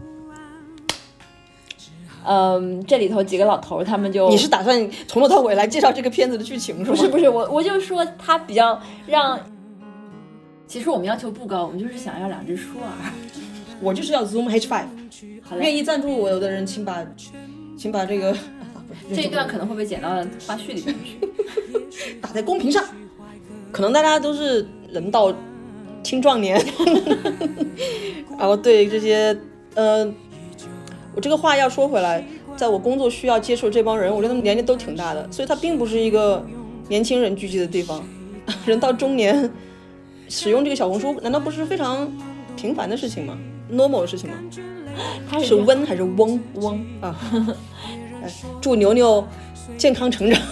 这里头几个老头他们就…… 你是打算从头到尾来介绍这个片子的剧情是吗？ 不是，我就说他比较让。其实我们要求不高，我们就是想要2只舒尔。 我就是要 Zoom H5。愿意赞助我的人，请把这个这一段可能会被剪到花絮里面去， 打在公屏上。可能大家都是人到青壮年，然后对这些我这个话要说回来，在我工作需要接触这帮人，我觉得他们年纪都挺大的，所以它并不是一个年轻人聚集的地方。人到中年使用这个小红书，难道不是非常平凡的事情吗 ？normal 的事情吗？是温还是嗡啊？祝牛牛健康成长。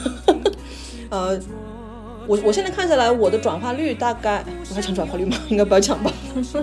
我现在看下来，我的转化率大概，我还讲转化率吗？应该不要讲吧。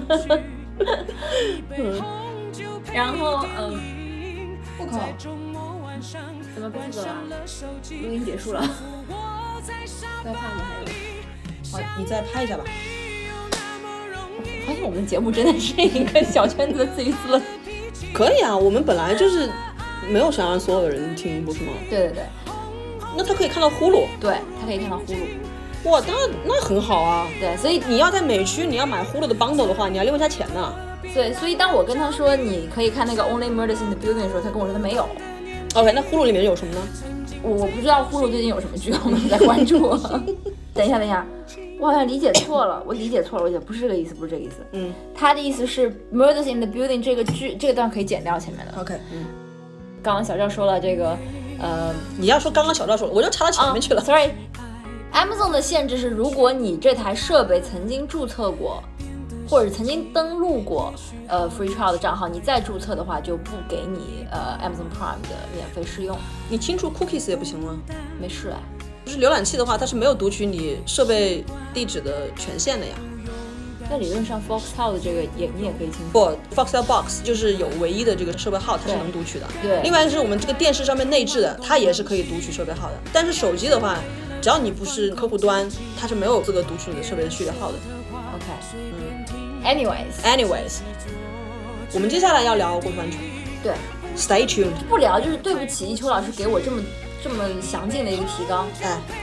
然后我靠，怎么不走了？录音结束了，要拍吗？还有？ 好，你再拍一下吧。 我发现我们的节目真的是一个小圈子的自娱自乐。 可以啊，我们本来就是没有想让所有的人听，不是吗？ 对。 那他可以看到呼噜。 对，他可以看到呼噜。 哇，那很好啊。 对，所以你要在美区，你要买呼噜的 bundle 的话，你要另外加钱呢。 对，所以当我跟他说你可以看那个 Only Murders in the Building 的时候，他跟我说他没有。 OK， 那呼噜里面有什么呢？ 我不知道呼噜最近有什么剧，我们在关注。等一下，我好像理解错了，我理解错了，我不是这个意思，不是这个意思。他的意思是 Murders in the Building 这个剧这个段可以剪掉前面的。 OK， 刚刚小赵说了这个， 你要说刚刚小赵说了，我就插到前面去了。 Sorry，Amazon 的限制是，如果你这台设备曾经注册过，或者曾经登录过Free Trial 的账号，你再注册的话，就不给你Amazon Prime 的免费试用。 你清除 cookies 也不行吗？ 没事哎。 就是浏览器的话，它是没有读取你设备地址的权限的呀。 在理论上 Foxtel 的这个你也可以清楚。 不 ，Foxtel Box 就是有唯一的这个设备号，它是能读取的。 对。 另外是我们这个电视上面内置的，它也是可以读取设备号的。但是手机的话，只要你不是客户端，它是没有资格读取你的设备的序列号的。 OK。Anyways， 我们接下来要聊国土安全。 对。 Stay tuned。 不聊就是对不起一秋老师给我这么详尽的一个提纲。